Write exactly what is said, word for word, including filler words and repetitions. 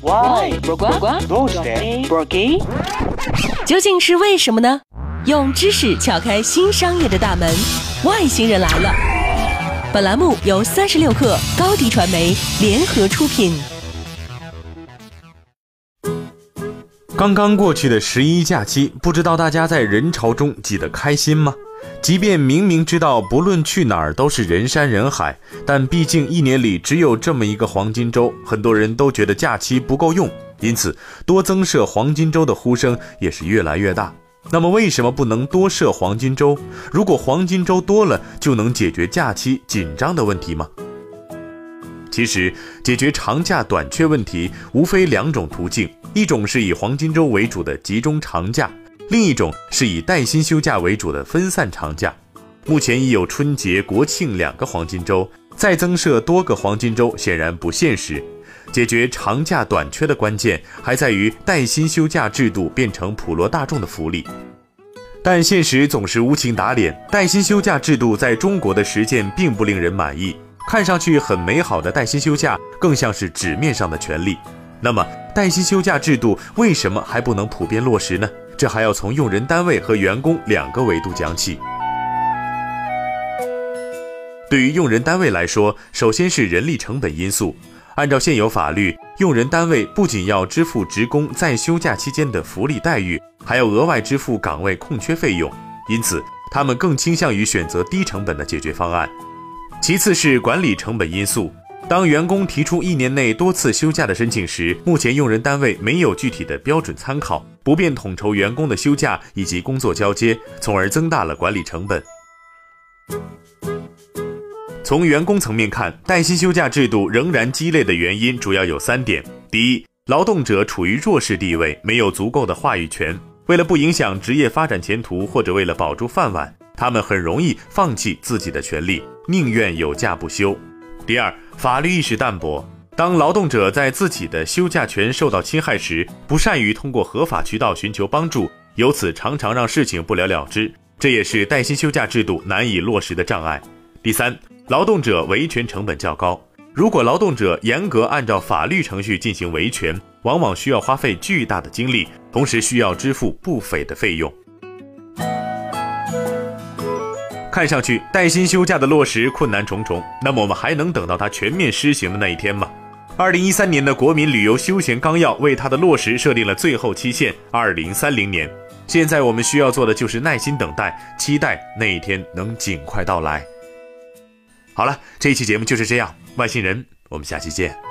Why？ どうして？ 究竟是为什么呢？用知识撬开新商业的大门，外星人来了。本栏目由三十六氪、高迪传媒联合出品。 刚刚过去的十一假期，不知道大家在人潮中挤得开心吗？即便明明知道不论去哪儿都是人山人海，但毕竟一年里只有这么一个黄金周，很多人都觉得假期不够用，因此多增设黄金周的呼声也是越来越大。那么为什么不能多设黄金周？如果黄金周多了，就能解决假期紧张的问题吗？其实解决长假短缺问题无非两种途径，一种是以黄金周为主的集中长假，另一种是以带薪休假为主的分散长假。目前已有春节、国庆两个黄金周，再增设多个黄金周显然不现实。解决长假短缺的关键还在于带薪休假制度变成普罗大众的福利。但现实总是无情打脸，带薪休假制度在中国的实践并不令人满意。看上去很美好的带薪休假，更像是纸面上的权利。那么，带薪休假制度为什么还不能普遍落实呢？这还要从用人单位和员工两个维度讲起。对于用人单位来说，首先是人力成本因素。按照现有法律，用人单位不仅要支付职工在休假期间的福利待遇，还要额外支付岗位空缺费用，因此他们更倾向于选择低成本的解决方案。其次是管理成本因素。当员工提出一年内多次休假的申请时，目前用人单位没有具体的标准参考，不便统筹员工的休假以及工作交接，从而增大了管理成本。从员工层面看，带薪休假制度仍然鸡肋的原因主要有三点。第一，劳动者处于弱势地位，没有足够的话语权，为了不影响职业发展前途，或者为了保住饭碗，他们很容易放弃自己的权利，宁愿有假不休。第二，法律意识淡薄。当劳动者在自己的休假权受到侵害时，不善于通过合法渠道寻求帮助，由此常常让事情不了了之，这也是带薪休假制度难以落实的障碍。第三，劳动者维权成本较高。如果劳动者严格按照法律程序进行维权，往往需要花费巨大的精力，同时需要支付不菲的费用。看上去带薪休假的落实困难重重，那么我们还能等到它全面施行的那一天吗？二零一三年的国民旅游休闲纲要为它的落实设定了最后期限二零三零年。现在我们需要做的就是耐心等待，期待那一天能尽快到来。好了，这一期节目就是这样，外星人，我们下期见。